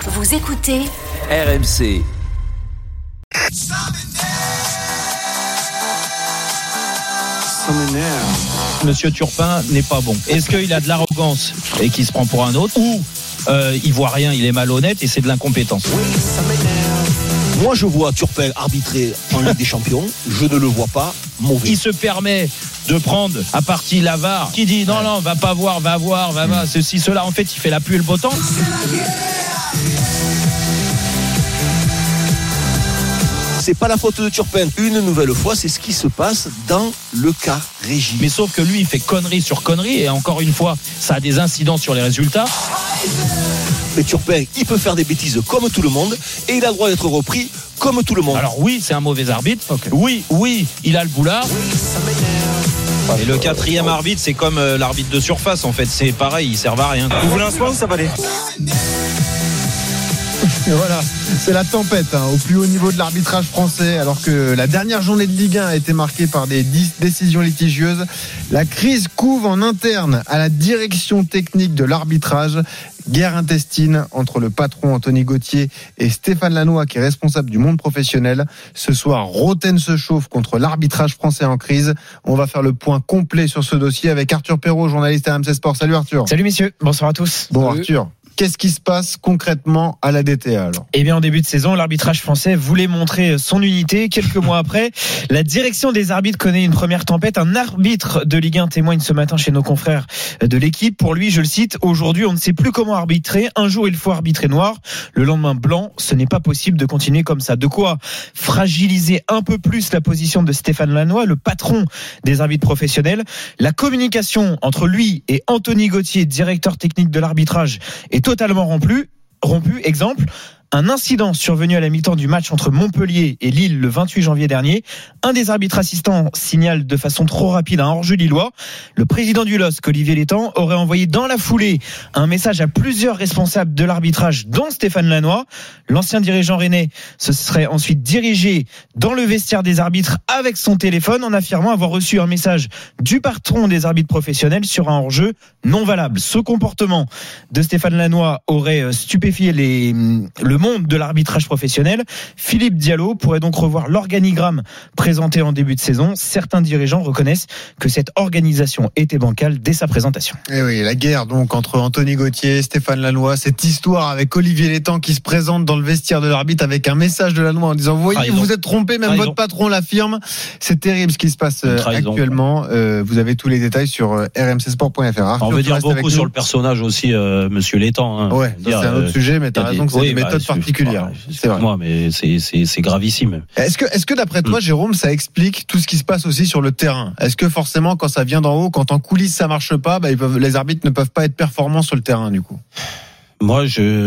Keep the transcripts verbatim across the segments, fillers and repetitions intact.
Vous écoutez R M C. Monsieur Turpin n'est pas bon. Est-ce qu'il a de l'arrogance et qu'il se prend pour un autre, ou euh, il voit rien, il est malhonnête et c'est de l'incompétence? Moi, je vois Turpin arbitrer en Ligue des Champions. Je ne le vois pas mauvais. Il se permet de prendre à partie la V A R, qui dit non, non, va pas voir, va voir, va voir, ceci, cela. En fait, il fait la pluie et le beau temps. C'est pas la faute de Turpin. Une nouvelle fois, c'est ce qui se passe dans le cas Régis. Mais sauf que lui, il fait connerie sur connerie, et encore une fois, ça a des incidences sur les résultats. Mais Turpin, il peut faire des bêtises comme tout le monde, et il a le droit d'être repris comme tout le monde. Alors oui, c'est un mauvais arbitre. Okay. Oui, oui, il a le boulard. Et le quatrième arbitre, c'est comme euh, l'arbitre de surface, en fait. C'est pareil, il sert à rien. Vous voulez un soin ou ça va aller? Et voilà, c'est la tempête hein, au plus haut niveau de l'arbitrage français, alors que la dernière journée de Ligue un a été marquée par des décisions litigieuses. La crise couve en interne à la direction technique de l'arbitrage. Guerre intestine entre le patron Anthony Gauthier et Stéphane Lannoy, qui est responsable du monde professionnel. Ce soir, Roten se chauffe contre l'arbitrage français en crise. On va faire le point complet sur ce dossier avec Arthur Perrault, journaliste à R M C Sport. Salut Arthur. Salut messieurs, bonsoir à tous. Bon Salut. Arthur, qu'est-ce qui se passe concrètement à la D T A alors ? Eh bien, en début de saison, l'arbitrage français voulait montrer son unité. Quelques mois après, la direction des arbitres connaît une première tempête. Un arbitre de Ligue un témoigne ce matin chez nos confrères de l'équipe. Pour lui, je le cite, aujourd'hui, on ne sait plus comment arbitrer. Un jour, il faut arbitrer noir. Le lendemain, blanc. Ce n'est pas possible de continuer comme ça. De quoi fragiliser un peu plus la position de Stéphane Lannoy, le patron des arbitres professionnels. La communication entre lui et Anthony Gauthier, directeur technique de l'arbitrage, est totalement rompu. rompu. Exemple, un incident survenu à la mi-temps du match entre Montpellier et Lille le vingt-huit janvier dernier. Un des arbitres assistants signale de façon trop rapide un hors-jeu lillois. Le président du L O S C, Olivier Létang, aurait envoyé dans la foulée un message à plusieurs responsables de l'arbitrage, dont Stéphane Lannoy. L'ancien dirigeant rennais se serait ensuite dirigé dans le vestiaire des arbitres avec son téléphone en affirmant avoir reçu un message du patron des arbitres professionnels sur un hors-jeu non valable. Ce comportement de Stéphane Lannoy aurait stupéfié les, le monde de l'arbitrage professionnel. Philippe Diallo pourrait donc revoir l'organigramme présenté en début de saison. Certains dirigeants reconnaissent que cette organisation était bancale dès sa présentation. Et oui, la guerre donc entre Anthony Gauthier, Stéphane Lannoy, cette histoire avec Olivier Létang qui se présente dans le vestiaire de l'arbitre avec un message de Lannoy en disant vous voyez, Trahison. Vous êtes trompé, même Trahison. Votre patron l'affirme. C'est terrible ce qui se passe actuellement. Euh, vous avez tous les détails sur r m c sport point f r. On veut dire beaucoup sur le personnage aussi, euh, monsieur Létang. Hein. Ouais, ça, c'est un autre euh, sujet, mais t'as raison des... que c'est oui, des méthodes bah, particulières. C'est vrai. Moi, mais c'est, c'est, c'est gravissime. Est-ce que, est-ce que d'après toi, Jérôme, ça explique tout ce qui se passe aussi sur le terrain ? Est-ce que forcément, quand ça vient d'en haut, quand en coulisses ça marche pas, bah, ils peuvent, les arbitres ne peuvent pas être performants sur le terrain du coup ? Moi,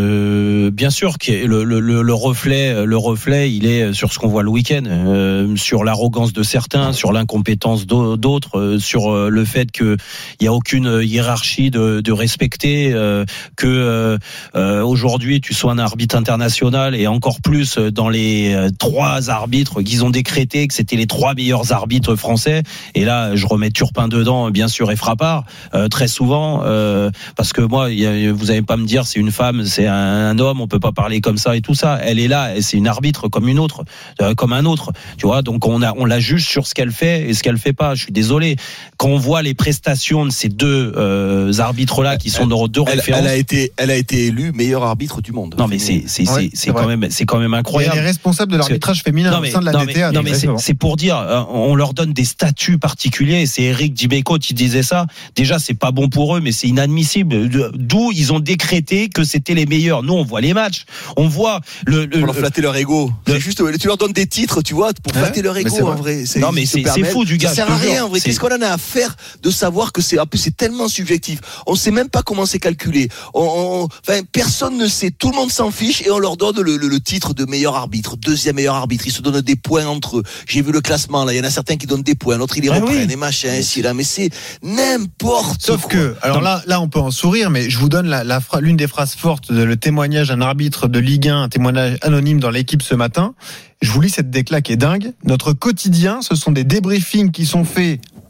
je, bien sûr que le, le, le reflet, le reflet, il est sur ce qu'on voit le week-end, euh, sur l'arrogance de certains, sur l'incompétence d'autres, euh, sur le fait que il y a aucune hiérarchie de, de respecter, euh, que euh, euh, aujourd'hui tu sois un arbitre international et encore plus dans les euh, trois arbitres qu'ils ont décrété que c'était les trois meilleurs arbitres français. Et là, je remets Turpin dedans, bien sûr, et Frappard euh, très souvent, euh, parce que moi, y a, vous n'allez pas me dire c'est une femme, c'est un homme, on peut pas parler comme ça et tout ça. Elle est là, c'est une arbitre comme une autre, euh, comme un autre. Tu vois, donc on a, on la juge sur ce qu'elle fait et ce qu'elle fait pas. Je suis désolé. Quand on voit les prestations de ces deux euh, arbitres-là qui sont dans deux elle, références, elle a été, elle a été élue meilleure arbitre du monde. Non mais c'est, c'est, ouais, c'est, c'est quand même, c'est quand même incroyable. Elle est responsable de l'arbitrage féminin non, mais, au sein de la non, D T A. Mais, non mais c'est, c'est pour dire, euh, on leur donne des statuts particuliers. C'est Eric Dimeco qui disait ça. Déjà, c'est pas bon pour eux, mais c'est inadmissible. D'où ils ont décrété que c'était les meilleurs. Nous, on voit les matchs, on voit le. le pour leur flatter leur ego. Le... C'est juste, tu leur donnes des titres, tu vois, pour flatter ouais, leur ego en vrai. C'est, non mais c'est, c'est fou du gars. Ça sert à rien en vrai. C'est... Qu'est-ce qu'on en a à faire de savoir que c'est, en plus c'est tellement subjectif. On sait même pas comment c'est calculé. On, on... enfin, personne ne sait. Tout le monde s'en fiche et on leur donne le, le, le titre de meilleur arbitre, deuxième meilleur arbitre. Ils se donnent des points entre eux. J'ai vu le classement là. Il y en a certains qui donnent des points, l'autre ils les ah reprennent oui. et machin, ici là. Mais c'est n'importe Sauf quoi. que, alors là, là, on peut en sourire, mais je vous donne la, la l'une des phrases fortes de le témoignage d'un arbitre de Ligue un, un témoignage anonyme dans l'équipe ce matin. Je vous lis cette décla qui est dingue. Notre quotidien, ce sont des débriefings qui sont faits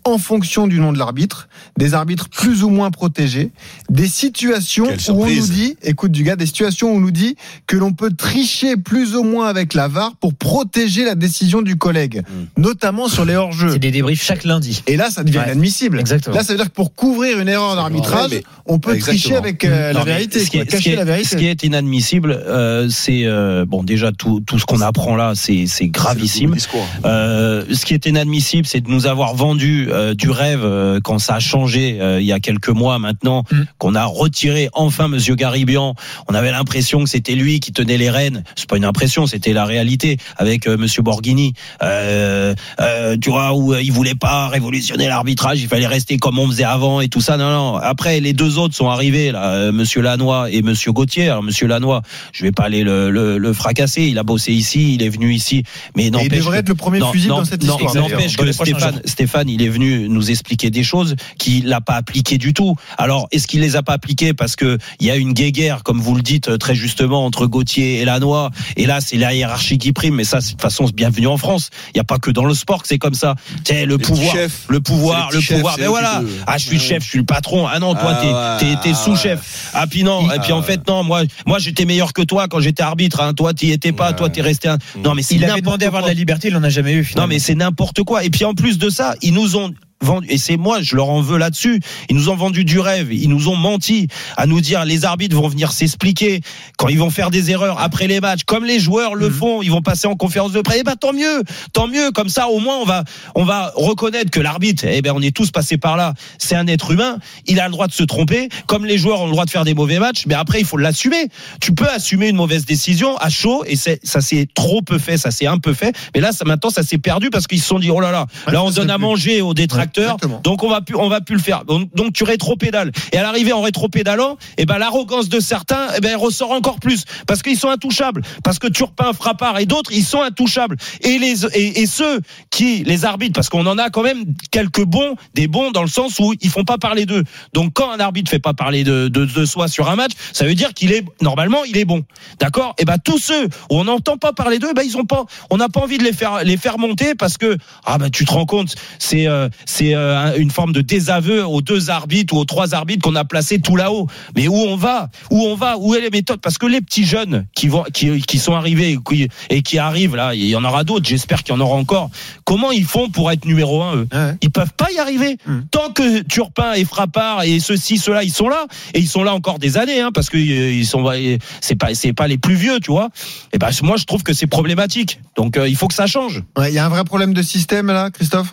en fonction du nom de l'arbitre, des arbitres plus ou moins protégés, des situations où on nous dit, écoute du gars, des situations où on nous dit que l'on peut tricher plus ou moins avec la V A R pour protéger la décision du collègue, mmh. notamment sur les hors-jeux. C'est des débriefs chaque lundi. Et là, ça devient ouais. inadmissible. Exactement. Là, ça veut dire que pour couvrir une erreur d'arbitrage, ouais, on peut exactement. tricher avec euh, la vérité, ce qui, est, cacher ce qui est, la vérité. Ce qui est inadmissible, euh, c'est euh, bon déjà tout tout ce qu'on apprend là, c'est c'est gravissime. C'est euh, ce qui est inadmissible, c'est de nous avoir vendu euh, du rêve euh, quand ça a changé euh, il y a quelques mois maintenant, mmh. qu'on a retiré enfin Monsieur Garibian. On avait l'impression que c'était lui qui tenait les rênes. C'est pas une impression, c'était la réalité avec euh, Monsieur Borghini. Euh, euh, tu vois, où euh, il voulait pas révolutionner l'arbitrage, il fallait rester comme on faisait avant et tout ça. Non, non. Après, les deux autres sont arrivés là, euh, Monsieur Lannoy et Monsieur Gauthier. Alors Monsieur Lannoy, je vais pas aller le, le, le fracasser. Il a bossé ici, il est venu ici, mais n'empêche. Il devrait être le premier non, fusible non, dans cette non, histoire. N'empêche que Stéphane, Stéphane, il est venu nous expliquer des choses qu'il n'a pas appliquées du tout. Alors, est-ce qu'il les a pas appliquées parce que il y a une guéguerre, comme vous le dites très justement, entre Gauthier et Lannoy, et là c'est la hiérarchie qui prime, mais ça de toute façon c'est bienvenu en France. Il y a pas que dans le sport que c'est comme ça. Tu sais, le, pouvoir, le pouvoir, le pouvoir, le pouvoir. Mais voilà. Ah, je suis le chef, je suis le patron. Ah non, toi ah, t'es, t'es, t'es sous-chef. Ah puis non. Et puis en fait non, moi, moi j'étais meilleur que toi quand j'étais arbitre. Hein. Toi t'y étais pas. Ouais. Toi t'es resté. Un... Non mais c'est il avait demandé à avoir de la liberté, il en a jamais eu. Finalement. Non mais c'est n'importe quoi. Et puis en plus de ça, ils nous ont vendu, et c'est moi, je leur en veux là-dessus. Ils nous ont vendu du rêve, ils nous ont menti à nous dire les arbitres vont venir s'expliquer quand ils vont faire des erreurs après les matchs, comme les joueurs le font, ils vont passer en conférence de presse. Eh ben tant mieux, tant mieux. Comme ça, au moins on va, on va reconnaître que l'arbitre, eh ben on est tous passés par là. C'est un être humain, il a le droit de se tromper, comme les joueurs ont le droit de faire des mauvais matchs. Mais après, il faut l'assumer. Tu peux assumer une mauvaise décision à chaud, et c'est, ça c'est trop peu fait, ça c'est un peu fait. Mais là, ça, maintenant, ça s'est perdu parce qu'ils se sont dit oh là là, là on donne à manger aux détracteurs. Ouais, donc on va plus on va plus le faire. Donc, donc tu rétropédales, et à l'arrivée en rétropédalant, et ben l'arrogance de certains, et ben elle ressort encore plus parce qu'ils sont intouchables, parce que Turpin, Frappard et d'autres, ils sont intouchables, et les et, et ceux qui les arbitres, parce qu'on en a quand même quelques bons, des bons dans le sens où ils font pas parler d'eux. Donc quand un arbitre fait pas parler de de, de soi sur un match, ça veut dire qu'il est normalement il est bon. D'accord? Et ben tous ceux où on n'entend pas parler d'eux, ben ils ont pas on n'a pas envie de les faire les faire monter parce que ah ben tu te rends compte, c'est euh, c'est euh, une forme de désaveu aux deux arbitres ou aux trois arbitres qu'on a placés tout là-haut. Mais où on va? Où on va? Où est les méthodes? Parce que les petits jeunes qui vont, qui, qui sont arrivés qui, et qui arrivent là, il y en aura d'autres. J'espère qu'il y en aura encore. Comment ils font pour être numéro un eux? Ouais. Ils peuvent pas y arriver. Mmh. Tant que Turpin et Frappard et ceux-ci, ceux-là, ils sont là et ils sont là encore des années, hein, parce que ils sont, c'est pas, c'est pas les plus vieux, tu vois. Et ben moi je trouve que c'est problématique. Donc euh, il faut que ça change. Il ouais, y a un vrai problème de système là, Christophe.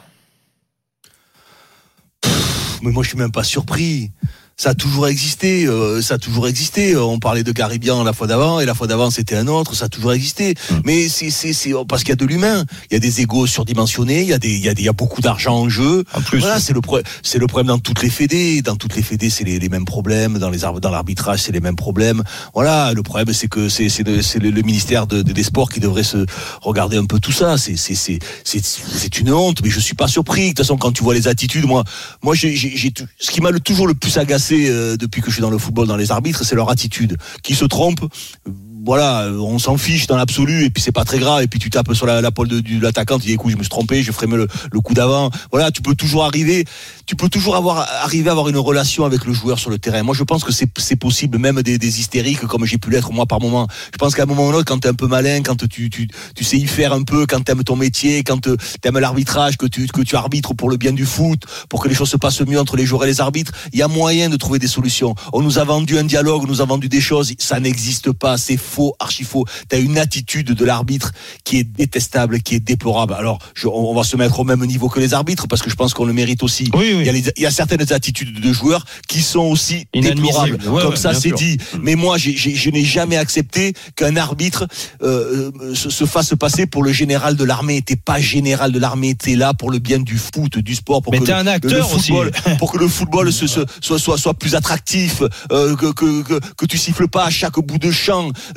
Mais moi je suis même pas surpris. Ça a toujours existé, euh, ça a toujours existé. On parlait de Garibian la fois d'avant, et la fois d'avant c'était un autre. Ça a toujours existé. Mmh. Mais c'est, c'est, c'est parce qu'il y a de l'humain. Il y a des égos surdimensionnés. Il y a des, il y a des, il y a beaucoup d'argent en jeu. En plus, voilà, c'est le problème. C'est le problème dans toutes les fédés. Dans toutes les fédés, c'est les, les mêmes problèmes. Dans les dans l'arbitrage, c'est les mêmes problèmes. Voilà, le problème, c'est que c'est, c'est, le, c'est le, le ministère de, de, des Sports qui devrait se regarder un peu tout ça. C'est, c'est, c'est, c'est, c'est une honte. Mais je suis pas surpris. De toute façon, quand tu vois les attitudes, moi, moi, j'ai, j'ai, j'ai ce qui m'a le, toujours le plus agacé. Euh, depuis que je suis dans le football, dans les arbitres, c'est leur attitude. Qui se trompent, voilà, on s'en fiche dans l'absolu, et puis c'est pas très grave, et puis tu tapes sur la, la pole de, de l'attaquant, tu dis écoute, je me suis trompé, je ferai le, le coup d'avant. Voilà, tu peux toujours arriver, tu peux toujours avoir arriver à avoir une relation avec le joueur sur le terrain. Moi, je pense que c'est, c'est possible, même des, des hystériques comme j'ai pu l'être moi par moment. Je pense qu'à un moment ou l'autre, quand t'es un peu malin, quand tu, tu, tu sais y faire un peu, quand t'aimes ton métier, quand t'aimes l'arbitrage, que tu, que tu arbitres pour le bien du foot, pour que les choses se passent mieux entre les joueurs et les arbitres, il y a moyen de trouver des solutions. On nous a vendu un dialogue, on nous a vendu des choses, ça n'existe pas, c'est faux, archi faux. T'as une attitude de l'arbitre qui est détestable, qui est déplorable. Alors, je, on va se mettre au même niveau que les arbitres parce que je pense qu'on le mérite aussi. Oui, oui. Il y a les, il y a certaines attitudes de joueurs qui sont aussi déplorables. Ouais, Comme ouais, ça, c'est sûr. dit. Mais moi, j'ai, j'ai, je n'ai jamais accepté qu'un arbitre euh, se, se fasse passer pour le général de l'armée. T'es pas général de l'armée, t'es là pour le bien du foot, du sport, pour Mais que t'es le, un acteur le football, aussi. pour que le football se, se, soit, soit, soit plus attractif, euh, que, que, que, que tu siffles pas à chaque bout de champ.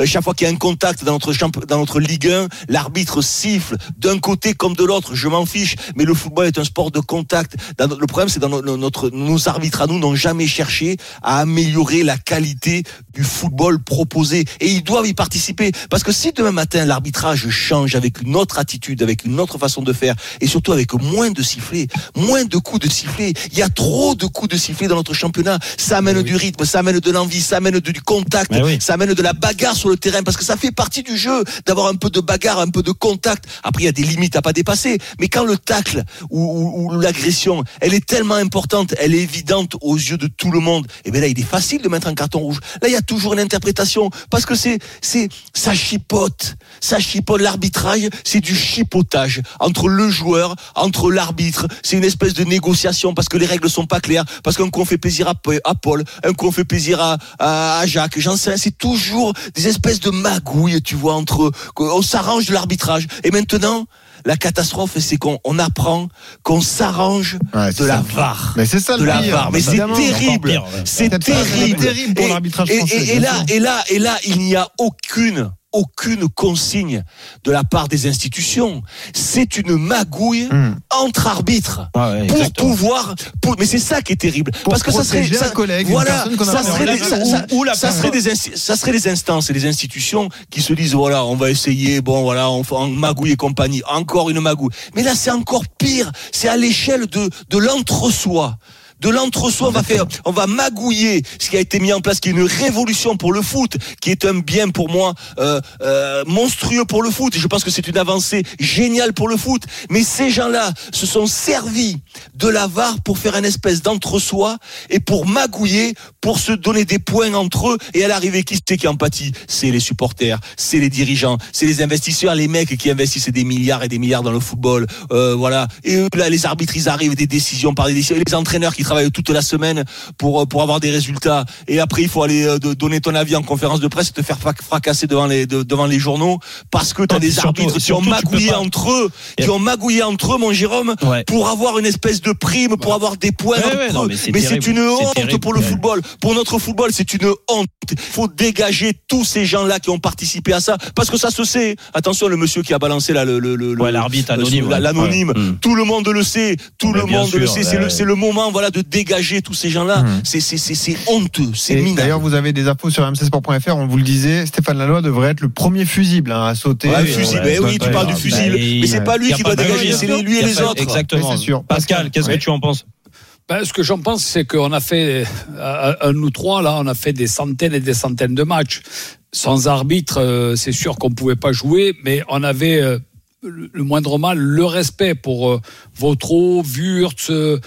chaque fois qu'il y a un contact dans notre champ, dans notre Ligue un, l'arbitre siffle d'un côté comme de l'autre. Je m'en fiche, mais le football est un sport de contact. Dans notre, le problème, c'est dans notre, notre nos arbitres à nous n'ont jamais cherché à améliorer la qualité du football proposé, et ils doivent y participer, parce que si demain matin l'arbitrage change avec une autre attitude, avec une autre façon de faire, et surtout avec moins de sifflets, moins de coups de sifflet, il y a trop de coups de sifflet dans notre championnat, ça amène oui. du rythme, ça amène de l'envie, ça amène du contact, oui. ça amène de la bagarre sur le terrain, parce que ça fait partie du jeu d'avoir un peu de bagarre, un peu de contact. Après, il y a des limites à pas dépasser, mais quand le tacle ou, ou, ou l'agression, elle est tellement importante, elle est évidente aux yeux de tout le monde, et bien là, il est facile de mettre un carton rouge. Là, il y a toujours une interprétation, parce que c'est, c'est, ça chipote, ça chipote. L'arbitrage, c'est du chipotage entre le joueur, entre l'arbitre. C'est une espèce de négociation, parce que les règles sont pas claires, parce qu'un coup on fait plaisir à, à Paul, un coup on fait plaisir à, à, à Jacques, j'en sais rien. C'est toujours des espèces de magouilles, tu vois, entre, on s'arrange de l'arbitrage. Et maintenant, la catastrophe, c'est qu'on on apprend qu'on s'arrange ouais, de la V A R. Mais c'est ça de le la pire. V A R. Mais c'est terrible. Pire, ouais. C'est, c'est terrible. C'est terrible pour l'arbitrage et, français. Et, et, et là, et là, et là, il n'y a aucune aucune consigne de la part des institutions. C'est une magouille mmh. entre arbitres ah ouais, pour exactement. pouvoir. Pour, mais c'est ça qui est terrible, pour parce que ça serait, ça, collègue, voilà, ça serait, des, ça, ça, ou, ou ça serait des, ça serait des instances et des institutions qui se disent voilà, on va essayer, bon voilà, on fait en magouille et compagnie, encore une magouille. Mais là, c'est encore pire. C'est à l'échelle de de l'entre-soi. De l'entre-soi, on va faire, on va magouiller ce qui a été mis en place, qui est une révolution pour le foot, qui est un bien pour moi euh, euh, monstrueux pour le foot. Et je pense que c'est une avancée géniale pour le foot. Mais ces gens-là se sont servis de la V A R pour faire une espèce d'entre-soi et pour magouiller, pour se donner des points entre eux. Et à l'arrivée, qui c'est qui en pâtit ? C'est les supporters, c'est les dirigeants, c'est les investisseurs, les mecs qui investissent des milliards et des milliards dans le football. Euh, voilà. Et eux, là, les arbitres, ils arrivent des décisions par des décisions. Et les entraîneurs qui travaillent toute la semaine pour pour avoir des résultats, et après il faut aller euh, de, donner ton avis en conférence de presse et te faire fracasser devant les de, devant les journaux parce que t'as non, des surtout, arbitres qui ont magouillé entre eux qui ont magouillé entre eux mon Jérôme ouais. pour avoir une espèce de prime, pour ouais. avoir des points ouais, ouais, non, mais, c'est, mais c'est une honte c'est terrible, pour le ouais. football, pour notre football, c'est une honte. Il faut dégager tous ces gens-là qui ont participé à ça, parce que ça se sait. Attention, le monsieur qui a balancé là, le, le, le, ouais, l'arbitre anonyme, le, l'anonyme, ouais. tout le monde le sait, tout ouais, le monde sûr, le sait. Ouais. C'est le c'est le moment voilà de dégager tous ces gens-là, mmh. c'est, c'est, c'est, c'est honteux, c'est et minable. D'ailleurs, vous avez des infos sur m c sport point f r, on vous le disait, Stéphane Laloy devrait être le premier fusible hein, à sauter. Ouais, fusible, ouais, oui, tu parles du fusible, bah, mais c'est pas lui qui doit dégager, c'est lui et les autres. Exactement, c'est sûr. Pascal, qu'est-ce que tu en penses ? Ben, ce que j'en pense, c'est qu'on a fait, euh, nous trois, là, on a fait des centaines et des centaines de matchs. Sans arbitre, euh, c'est sûr qu'on pouvait pas jouer, mais on avait... Euh, le moindre mal, le respect pour euh, Vautreau, Wurtz, euh,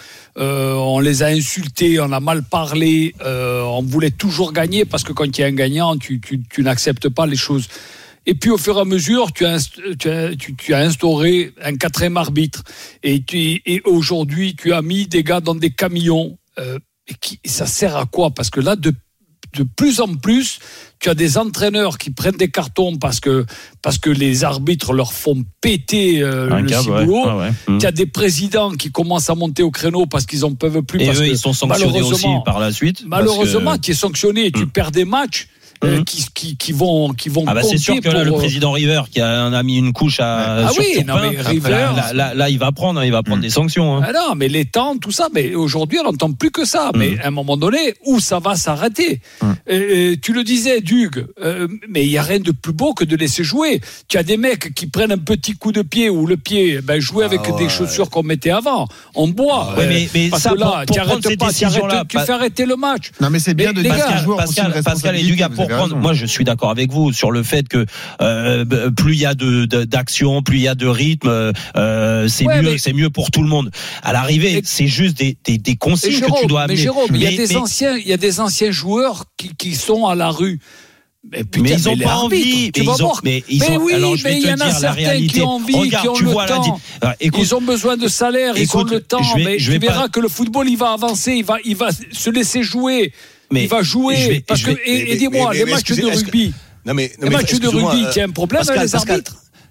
on les a insultés, on a mal parlé, euh, on voulait toujours gagner parce que quand il y a un gagnant, tu, tu, tu n'acceptes pas les choses. Et puis au fur et à mesure, tu as, tu as, tu, tu as instauré un quatrième arbitre et, tu, et aujourd'hui, tu as mis des gars dans des camions. Euh, et qui, ça sert à quoi ? Parce que là, de de plus en plus, tu as des entraîneurs qui prennent des cartons parce que parce que les arbitres leur font péter euh, le câble, ciboulot. Ouais. Ah ouais. Mmh. Tu as des présidents qui commencent à monter au créneau parce qu'ils en peuvent plus. Et parce eux, que ils sont sanctionnés aussi par la suite. Malheureusement, que... tu es sanctionné et tu mmh. perds des matchs. Euh, mmh. qui, qui, qui vont qui vont ah bah c'est sûr que là, pour... le président River qui a, a mis une couche à ah sur oui Turpin, non mais River là, là, là, là il va prendre il va prendre mmh. des sanctions hein. Ah non mais les temps tout ça mais aujourd'hui on n'entend plus que ça mmh. mais à un moment donné où ça va s'arrêter mmh. euh, tu le disais Dugue euh, mais il y a rien de plus beau que de laisser jouer. Tu as des mecs qui prennent un petit coup de pied ou le pied ben jouer avec ah ouais. des chaussures qu'on mettait avant on boit ouais, mais, mais parce ça, que là pour, tu arrêtes pas tu, arrêtes, tu fais arrêter le match. Non mais c'est bien de dire Pascal, Pascal, Pascal et Dugue pour prendre moi je suis d'accord avec vous sur le fait que euh, plus il y a de, de d'action, plus il y a de rythme, euh, c'est ouais, mieux, mais... c'est mieux pour tout le monde. À l'arrivée, mais... c'est juste des, des, des consignes Jérôme, que tu dois amener. Mais Jérôme, il y a des mais... anciens, il y a des anciens joueurs qui, qui sont à la rue. Mais, putain, mais ils n'ont pas envie. Tu vas voir. Mais, ils mais ont, oui, alors, je vais mais il y en a certains qui ont envie, Regarde, qui ont tu le vois temps. La... Écoute, ils ont besoin de salaire, écoute, ils ont le temps. Je vais, mais je tu verras pas... que le football, il va avancer, il va, il va se laisser jouer. Mais il va jouer. Vais, parce que, vais, et, mais, et dis-moi, mais, mais, les matchs de rugby. Non mais, non les matchs de rugby, il y a un problème avec les arbitres.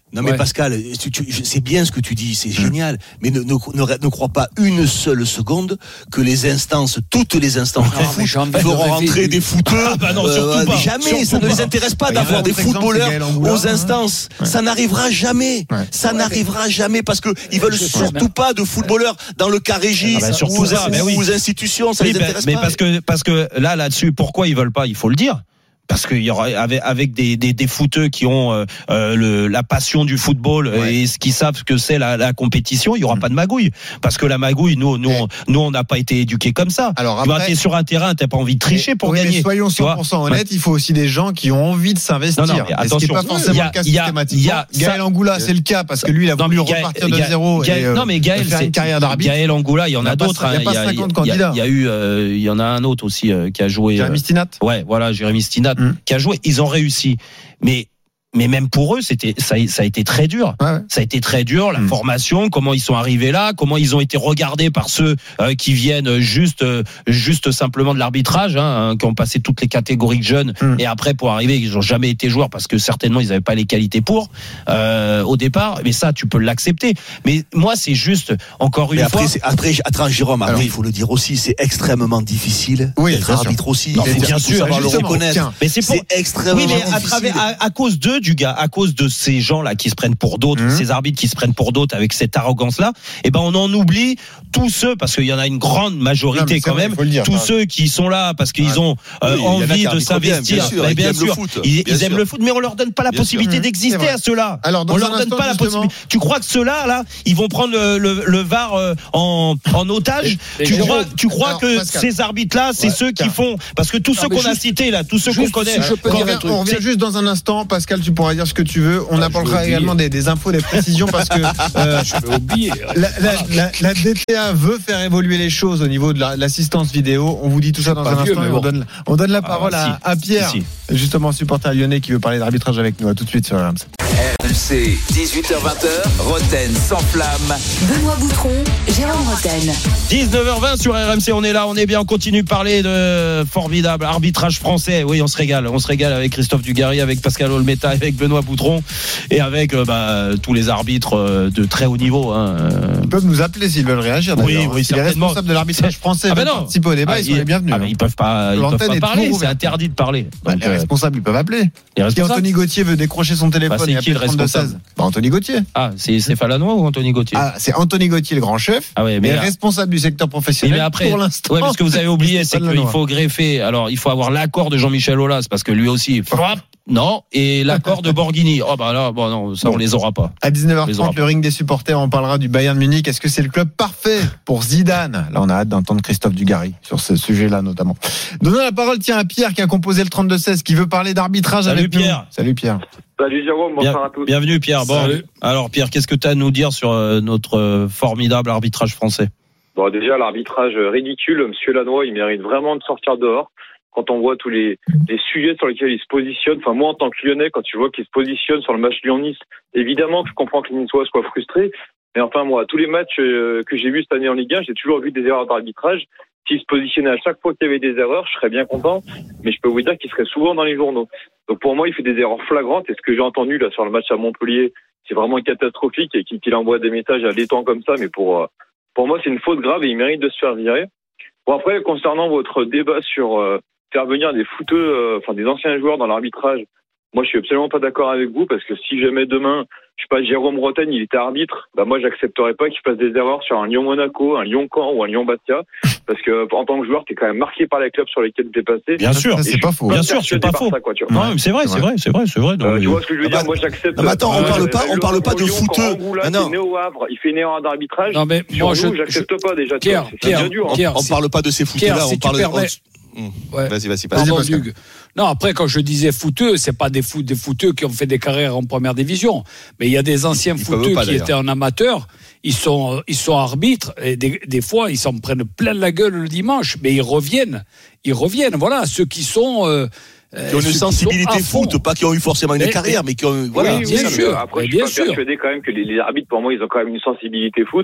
Non mais Ouais. Pascal, tu, tu, c'est bien ce que tu dis, c'est génial, mais ne, ne, ne, ne crois pas une seule seconde que les instances, toutes les instances Ah, mais j'ai envie de feront rêver. rentrer des footeux. Ah, bah non, surtout pas. Jamais, Surtout ça ne pas. les intéresse pas Regarde, d'avoir des notre exemple, footballeurs c'est Gaël Angoula, aux hein. instances. Ouais. Ça n'arrivera jamais. Ouais. Ça n'arrivera jamais parce que ils veulent Je sais, surtout mais- pas de footballeurs dans le cas régis Ah bah, surtout ou, ça, ou- mais oui. ou aux institutions. Ça Oui, les ben, intéresse mais pas. parce que parce que là là-dessus, pourquoi ils veulent pas, il faut le dire. Parce qu'il y aura avec, avec des, des, des footeux qui ont euh, euh, le, la passion du football Ouais. et ce qui savent ce que c'est la, la compétition, il y aura Mm. pas de magouille. Parce que la magouille, nous, nous, Mais- on, nous, on n'a pas été éduqués comme ça. Alors Tu vois, après- t'es sur un terrain, t'as pas envie de tricher pour Oui, mais gagner. soyons tu vois. cent pour cent honnêtes, il faut aussi des gens qui ont envie de s'investir. Non, non, mais Et ce qui attention. n'est pas forcément Il y a- le cas il y a- systématiquement. il y a- Gaël ça- Angoula, c'est le cas parce que lui, il a Non, voulu mais Gaël- repartir de Gaël- zéro Gaël- et euh, non, mais Gaël, faire c'est- une carrière d'arbitre. Gaël Angoula, il y en Il y a, a pas- d'autres. il y a hein. pas Il y a- cinquante il y a- candidats. Il y a eu, euh, il y en a un autre aussi euh, qui a joué. euh, Jérémy Stinat. Ouais, voilà, Jérémy Stinat Mm. qui a joué. Ils ont réussi, mais mais même pour eux, c'était ça, a- ça a été très dur. Ouais, ouais. Ça a été très dur, la Mm. formation, comment ils sont arrivés là, comment ils ont été regardés par ceux euh, qui viennent juste euh, juste simplement de l'arbitrage, hein, hein, qui ont passé toutes les catégories de jeunes Mm. et après pour arriver, ils n'ont jamais été joueurs parce que certainement ils n'avaient pas les qualités pour euh, au départ. Mais ça, tu peux l'accepter. Mais moi, c'est juste encore une Mais après, fois. c'est- après, attends, Jérôme, après, Alors- il faut le dire aussi, c'est extrêmement difficile Oui, d'être bien sûr. arbitre aussi. Non, Il faut bien surtout sûr, savoir le justement, reconnaître. tiens. Mais c'est pour. C'est extrêmement Oui, mais à difficile. travers, à, à cause d'eux, du gars, à cause de ces gens-là qui se prennent pour d'autres, Mhm. ces arbitres qui se prennent pour d'autres avec cette arrogance-là, eh ben, on en oublie tous ceux, parce qu'il y en a une grande Non, majorité mais c'est quand vrai, même, il faut le dire. tous Ah. ceux qui sont là parce qu'ils Ah. ont euh, Oui, il y en a envie qui de arbitrent bien, s'investir. bien sûr, Mais et qui bien aiment le sûr, foot, ils, bien ils aiment sûr. le foot, mais on leur donne pas la Bien possibilité sûr. C'est d'exister vrai. à ceux-là. Alors, dans On un leur donne instant, pas la justement- possibilité. Tu crois que ceux-là, là, ils vont prendre le, le, le V A R euh, en, en otage? Mais Tu Jérôme, crois, tu crois alors, que Pascal. ces arbitres-là, c'est Ouais, ceux qui tiens. font, parce que tous Non, ceux mais qu'on a juste- cités là, tous ceux qu'on juste connaît. si je peux On dire revient, un truc. on revient C'est- juste dans un instant. Pascal, tu pourras dire ce que tu veux. On Ah, apportera je vais également des, des infos, des précisions parce que euh, Je vais oublier. la, la, la, la D T A veut faire évoluer les choses au niveau de la- l'assissance vidéo. On vous dit tout ça dans pas un vieux, instant. mais Et on, bon. donne, on donne la parole Ah, si. à, à Pierre, Si, justement supporter lyonnais qui veut parler d'arbitrage avec nous. À tout de suite sur R M C. R M C, dix-huit heures vingt, Roten sans flamme. Benoît Boutron, Jérôme Rotten. dix-neuf heures vingt sur R M C, on est là, on est bien, on continue de parler de formidable arbitrage français. Oui, on se régale, on se régale avec Christophe Dugarry, avec Pascal Olmeta, avec Benoît Boutron et avec euh, bah, tous les arbitres euh, de très haut niveau. Hein. Ils peuvent nous appeler s'ils veulent réagir. Oui, d'ailleurs. oui, Si les certainement. responsables de l'arbitrage français Ah ben veulent non. participer au débat, Ah, ils sont les bienvenus. ah, mais ils peuvent pas, ils L'antenne peuvent est pas parler, toujours c'est ouverte. interdit de parler. Bah, Donc, les euh, responsables, ils peuvent appeler. les Si responsables. Anthony Gauthier veut décrocher son téléphone Bah, c'est et qui appeler le trente-deux responsable seize, bah, Anthony Gauthier. Ah, c'est Stéphane Lannoy ou Anthony Gauthier? Ah, c'est Anthony Gauthier, le grand chef, Ah ouais, mais mais responsable du secteur Oui, professionnel mais après, pour l'instant. ouais, mais ce que vous avez oublié, c'est Stéphane qu'il Lannoy. faut greffer. Alors, il faut avoir l'accord de Jean-Michel Aulas, parce que lui aussi, frappe, non, et l'accord de Borghini. Oh, bah là, bon, non, ça, on les aura pas. À dix-neuf heures Les trente, aura le ring des supporters, on parlera du Bayern Munich. Est-ce que c'est le club parfait pour Zidane? Là, on a hâte d'entendre Christophe Dugarry sur ce sujet-là, notamment. Donnons la parole, tiens, à Pierre, qui a composé le trente-deux seize, qui veut parler d'arbitrage Salut, avec nous. Pierre. Salut, Pierre. Salut Jérôme, Bien- bonsoir à tous. Bienvenue, Pierre. Bon, Salut. alors, Pierre, qu'est-ce que tu as à nous dire sur euh, notre euh, formidable arbitrage français? Bon, déjà, l'arbitrage ridicule, Monsieur Lannoy, il mérite vraiment de sortir dehors. Quand on voit tous les, les sujets sur lesquels il se positionne, enfin moi en tant que Lyonnais, quand tu vois qu'il se positionne sur le match Lyon-Nice, évidemment que je comprends que les Niçois soient frustrés, mais enfin moi, tous les matchs euh, que j'ai vus cette année en Ligue un, j'ai toujours vu des erreurs d'arbitrage. S'il se positionnait à chaque fois qu'il y avait des erreurs, je serais bien content, mais je peux vous dire qu'il serait souvent dans les journaux. Donc pour moi, il fait des erreurs flagrantes, et ce que j'ai entendu là sur le match à Montpellier, c'est vraiment catastrophique, et qu'il qu'il envoie des messages à l'étang comme ça, mais pour, euh, pour moi c'est une faute grave et il mérite de se faire virer. Bon après, concernant votre débat sur euh, faire venir des footeux, euh, enfin des anciens joueurs dans l'arbitrage, moi je suis absolument pas d'accord avec vous, parce que si jamais demain, je sais pas, Jérôme Rotten, il était arbitre, bah moi j'accepterais pas qu'il fasse des erreurs sur un Lyon-Monaco, un Lyon-Caen ou un Lyon-Bastia, parce que en tant que joueur, t'es quand même marqué par les clubs sur lesquels t'es passé. Bien sûr. Ça, c'est pas faux. Bien sûr, c'est pas par faux. ça, quoi, tu vois. Non, mais c'est vrai, c'est c'est vrai, c'est vrai, c'est vrai. Euh, Non, tu vois ce que je veux Ah dire? bah, Moi, j'accepte. non, mais attends, on Euh, parle pas- on le parle pas de Lyon, quand footeux. Angoula, Ah, non. c'est né au Havre, il fait une erreur d'arbitrage. Non, mais Sur moi, nous, je. j'accepte pas déjà. Pierre, tu vois. C'est Pierre, bien dur. hein. Pierre, On si- parle pas de ces Pierre, footeux-là, si on tu parle. permets- on- Ouais. Vas-y, vas-y, Pardon, vas-y. Hugues. Non, après, quand je disais footeux, c'est pas des, foot, des footeux qui ont fait des carrières en première division. Mais il y a des anciens Ils peuvent footeux pas, qui d'ailleurs. étaient en amateur. Ils sont, ils sont arbitres. Et des, des fois, ils s'en prennent plein la gueule le dimanche. Mais ils reviennent. Ils reviennent. Voilà. Ceux qui sont. Euh, Qui ont une sensibilité foot, foot. pas qui ont eu forcément une Mais- carrière, mais qui ont. Voilà. oui, bien oui, sûr. mais Après, Mais je suis bien pas sûr. persuadé quand même que les, les arbitres, pour moi, ils ont quand même une sensibilité foot.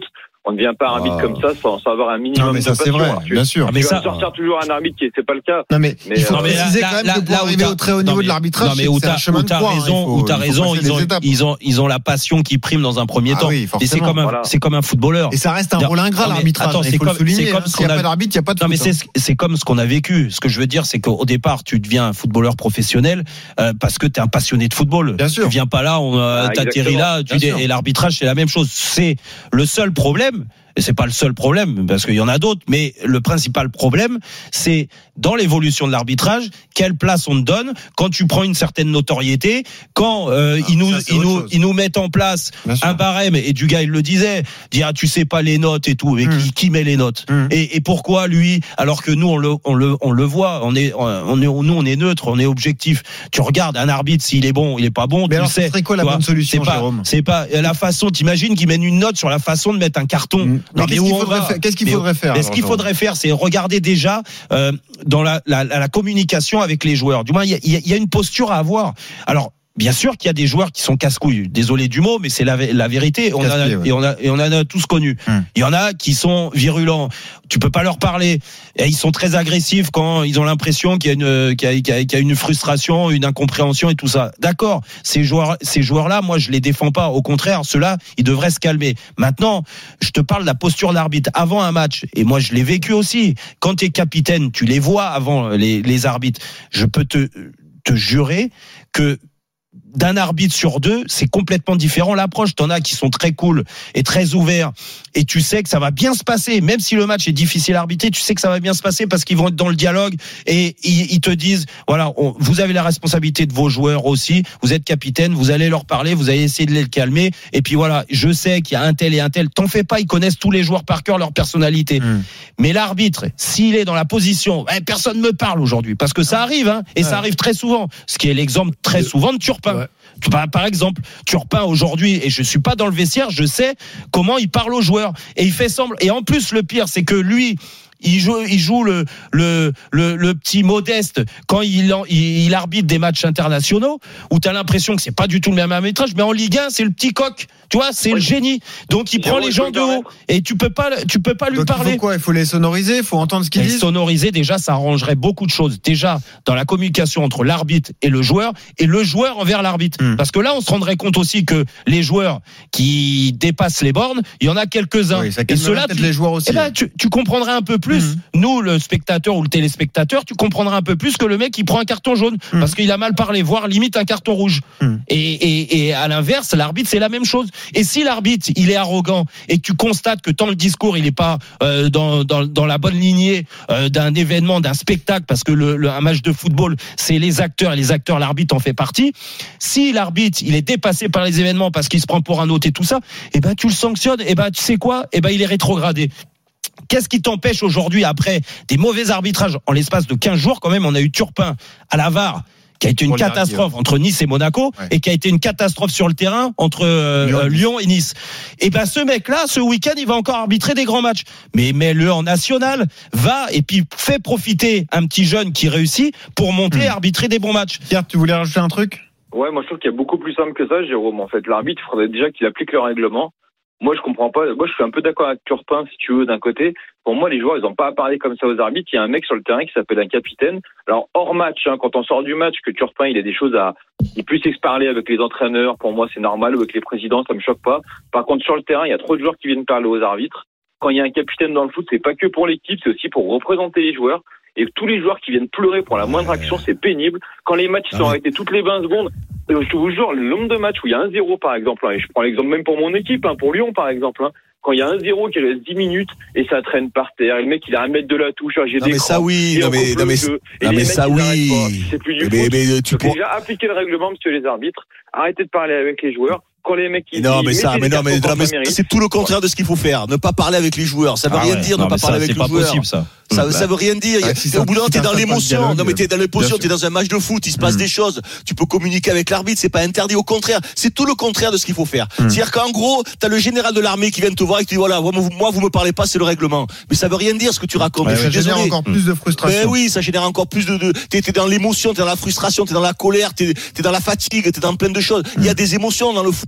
On ne devient pas arbitre Ah. comme ça sans, sans avoir un minimum Non, mais de ça, c'est passion. vrai, Alors, tu- bien sûr. Ah, Tu mais vas ça- me sortir toujours un arbitre qui c'est pas le cas. Non mais, Mais, il faut euh, mais là- préciser là- quand même là- que pour là où arriver t'as- au très haut non, niveau mais de l'arbitrage, non, mais c'est où c'est un t'as, chemin où de t'as croix, hein. raison, Il faut- où t'as il faut raison, passer ils les ont, étapes. ils ont, ils ont la passion qui prime dans un premier Ah temps. oui, Et c'est forcément. comme un, Voilà. c'est comme un footballeur. Et ça reste un Non, rôle ingrat mais l'arbitrage. attends, il c'est faut comme- le souligner. c'est comme hein. ce S'il n'y qu'on a a- pas d'arbitre, il n'y a pas de Non mais foot, hein. c'est c'est comme ce qu'on a vécu. Ce que je veux dire, c'est qu'au départ, tu deviens un footballeur professionnel euh, parce que tu es un passionné de football. Bien sûr. Tu viens pas là, on euh, Ah, t'atterris là, tu Bien dis- sûr. et l'arbitrage c'est la même chose. C'est le seul problème. Et c'est pas le seul problème parce qu'il y en a d'autres, mais le principal problème, c'est dans l'évolution de l'arbitrage, quelle place on te donne quand tu prends une certaine notoriété, quand euh, Ah, ils nous ça, c'est ils autre nous chose. ils nous mettent en place Bien sûr. un barème et du gars il le disait, dit ah tu sais pas les notes et tout, et Mmh. qui, qui met les notes Mmh. et, et pourquoi lui alors que nous on le on le on le voit, on est on est nous on est neutre, on est objectif. Tu regardes un arbitre s'il est bon, il est pas bon, Mais tu alors, le ce sais. serait quoi la tu vois. bonne solution, C'est pas Jérôme c'est pas la façon. T'imagines qu'ils mènent une note sur la façon de mettre un carton. Mmh. Mais Non, qu'est-ce où qu'il on faudrait va faire- qu'est-ce qu'il Mais- faudrait faire, mais ce alors, qu'il Jérôme faudrait faire, c'est regarder déjà euh, dans la, la, la, la communication avec les joueurs. Du moins, il y a, il y a- il y a une posture à avoir. Alors. Bien sûr qu'il y a des joueurs qui sont casse-couilles. Désolé du mot, mais c'est la, la vérité. On a, Casse-pied, ouais. et on a et on en a tous connu. Hum. Il y en a qui sont virulents. Tu peux pas leur parler. Et ils sont très agressifs quand ils ont l'impression qu'il y a une qu'il y a, qu'il y a- qu'il y a une frustration, une incompréhension et tout ça. D'accord. Ces joueurs ces joueurs-là, moi je les défends pas. Au contraire, ceux-là, ils devraient se calmer. Maintenant, je te parle de la posture de l'arbitre avant un match. Et moi je l'ai vécu aussi. Quand tu es capitaine, tu les vois avant les, les arbitres. Je peux te te jurer que d'un arbitre sur deux, c'est complètement différent l'approche. T'en as qui sont très cool et très ouverts, et tu sais que ça va bien se passer, même si le match est difficile à arbitrer, tu sais que ça va bien se passer parce qu'ils vont être dans le dialogue et ils, ils te disent voilà, on, vous avez la responsabilité de vos joueurs aussi, vous êtes capitaine, vous allez leur parler, vous allez essayer de les calmer, et puis voilà, je sais qu'il y a un tel et un tel, t'en fais pas, ils connaissent tous les joueurs par cœur, leur personnalité. Mmh. Mais l'arbitre, s'il est dans la position, eh, personne me parle aujourd'hui, parce que ça arrive, hein, et Ouais. ça arrive très souvent, ce qui est l'exemple très souvent de Turpin. Ouais. Par, par exemple, Turpin aujourd'hui, et je suis pas dans le vestiaire, je sais comment il parle aux joueurs, et il fait semblant. Et en plus, le pire, c'est que lui, il joue, il joue le, le, le, le petit modeste quand il, en- il, il arbitre des matchs internationaux où t'as l'impression que c'est pas du tout le même arbitrage, mais en Ligue un, c'est le petit coq, tu vois, c'est Oui. le génie. Donc il prend Jérôme, les je gens peux de me haut, permettre et tu peux pas, tu peux pas lui Donc il parler. faut quoi? Il faut les sonoriser, il faut entendre ce qu'ils Et disent. sonoriser, déjà, ça arrangerait beaucoup de choses. Déjà, dans la communication entre l'arbitre et le joueur, et le joueur envers l'arbitre. Hmm. Parce que là, on se rendrait compte aussi que les joueurs qui dépassent les bornes, il y en a quelques-uns. Oui, ça et calmerait ceux-là, peut-être tu, les joueurs aussi. eh ben, tu, tu comprendrais un peu plus. Hmm. Nous, le spectateur ou le téléspectateur, tu comprendrais un peu plus que le mec qui prend un carton jaune. Hmm. Parce qu'il a mal parlé, voire limite un carton rouge. Hmm. Et, et, et à l'inverse, l'arbitre, c'est la même chose. Et si l'arbitre, il est arrogant et que tu constates que tant le discours, il n'est pas euh, dans, dans, dans la bonne lignée euh, d'un événement, d'un spectacle, parce que le, le, un match de football, c'est les acteurs, et les acteurs, l'arbitre en fait partie. Si l'arbitre, il est dépassé par les événements parce qu'il se prend pour un autre et tout ça, eh ben tu le sanctionnes. Eh ben tu sais quoi ? Eh ben il est rétrogradé. Qu'est-ce qui t'empêche aujourd'hui, après des mauvais arbitrages, en l'espace de quinze jours quand même, on a eu Turpin à la V A R, qui a été une Pour le catastrophe dernier. entre Nice et Monaco, Ouais. et qui a été une catastrophe sur le terrain entre euh, Lyon. euh, Lyon et Nice. Et ben ce mec-là, ce week-end, il va encore arbitrer des grands matchs. Mais mets-le en national, va et puis fais profiter un petit jeune qui réussit pour monter et Hmm. arbitrer des bons matchs. Pierre, tu voulais rajouter un truc? Ouais, moi je trouve qu'il y a beaucoup plus simple que ça, Jérôme. En fait, l'arbitre, il faudrait déjà qu'il applique le règlement. Moi, je comprends pas. Moi, je suis un peu d'accord avec Turpin, si tu veux, d'un côté. Pour moi, les joueurs, ils n'ont pas à parler comme ça aux arbitres. Il y a un mec sur le terrain qui s'appelle un capitaine. Alors, hors match, hein, quand on sort du match, que Turpin, il a des choses à, il puisse se parler avec les entraîneurs. Pour moi, c'est normal. Ou avec les présidents, ça me choque pas. Par contre, sur le terrain, il y a trop de joueurs qui viennent parler aux arbitres. Quand il y a un capitaine dans le foot, c'est pas que pour l'équipe, c'est aussi pour représenter les joueurs. Et tous les joueurs qui viennent pleurer pour la moindre action, c'est pénible. Quand les matchs sont arrêtés toutes les vingt secondes, euh, je vous jure, le nombre de matchs où il y a un zéro, par exemple, hein, et je prends l'exemple même pour mon équipe, hein, pour Lyon, par exemple, hein, quand il y a un zéro qui reste dix minutes et ça traîne par terre, et le mec il a un mètre de la touche, j'ai Non des mais ça crampes, oui, et non on mais coupe non le mais jeu, et non les mais mecs, ça ils oui. arrêtent pas. C'est plus du Mais, foot. mais tu Donc pourras. déjà appliquer le règlement, monsieur les arbitres, arrêtez de parler avec les joueurs. Quand les mecs ils Non ils mais ça, mettez mais les non mais, cartons non, mais quand ça mérite. c'est tout le contraire de ce qu'il faut faire. Ne pas parler avec les joueurs, ça veut Ah rien ouais. dire. Non, Ne pas mais ça, parler avec c'est les pas joueurs. possible, ça. Ça, Mmh. ça veut rien dire. Ah, si Et au ça- bout d'un moment, si t'es ça dans passe pas de l'émotion. dialogue, Non mais t'es dans l'émotion, bien t'es dans un match de foot, il se passe Mmh. des choses. Tu peux communiquer avec l'arbitre, c'est pas interdit. Au contraire, c'est tout le contraire de ce qu'il faut faire. Mmh. C'est-à-dire qu'en gros, t'as le général de l'armée qui vient te voir et qui te dit voilà, moi vous, moi, vous me parlez pas, c'est le règlement. Mais ça veut rien dire ce que tu racontes. Ouais, Je ça suis génère désolé. encore plus de frustration. Ben oui, ça génère encore plus de, de t'es, t'es dans l'émotion, t'es dans la frustration, t'es dans la colère, t'es, t'es dans la fatigue, t'es dans plein de choses. Il y a des émotions dans le foot.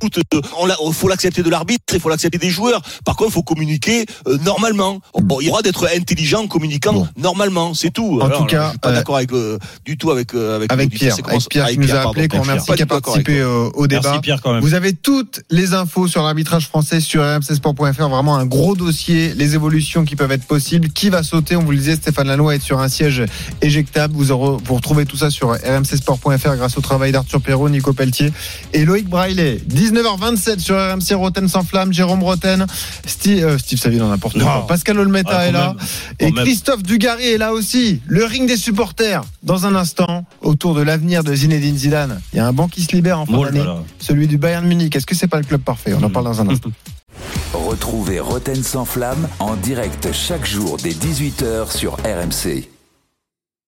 Écoute, euh, on l'a, faut l'accepter de l'arbitre, il faut l'accepter des joueurs. Par contre, il faut communiquer euh, normalement. Bon, il y aura d'être intelligent en communiquant bon. normalement, c'est tout. En Alors, tout cas, je suis pas euh, d'accord avec euh, du tout avec euh, avec, avec Pierre, avec Pierre qui nous a appelé, qu'on remercie, qui a participé au, au débat. Merci Pierre quand même. Vous avez toutes les infos sur l'arbitrage français sur r m c sport point f r, vraiment un gros dossier, les évolutions qui peuvent être possibles, qui va sauter, on vous le disait, Stéphane Lannoy est sur un siège éjectable. Vous, aurez, vous retrouvez tout ça sur r m c sport point f r grâce au travail d'Arthur Perrault, Nico Pelletier et Loïc Braillet. dix-neuf heures vingt-sept sur R M C, Roten sans flamme, Jérôme Roten, Steve, euh, Steve Saville en n'importe quoi, Pascal Olmeta ah, est là même. et bon, Christophe même. Dugarry est là aussi. Le ring des supporters dans un instant autour de l'avenir de Zinedine Zidane. Il y a un banc qui se libère en fin oh d'année, celui du Bayern Munich. Est-ce que c'est pas le club parfait? On en parle dans un instant. Retrouvez Roten sans flamme en direct chaque jour dès dix-huit heures sur R M C.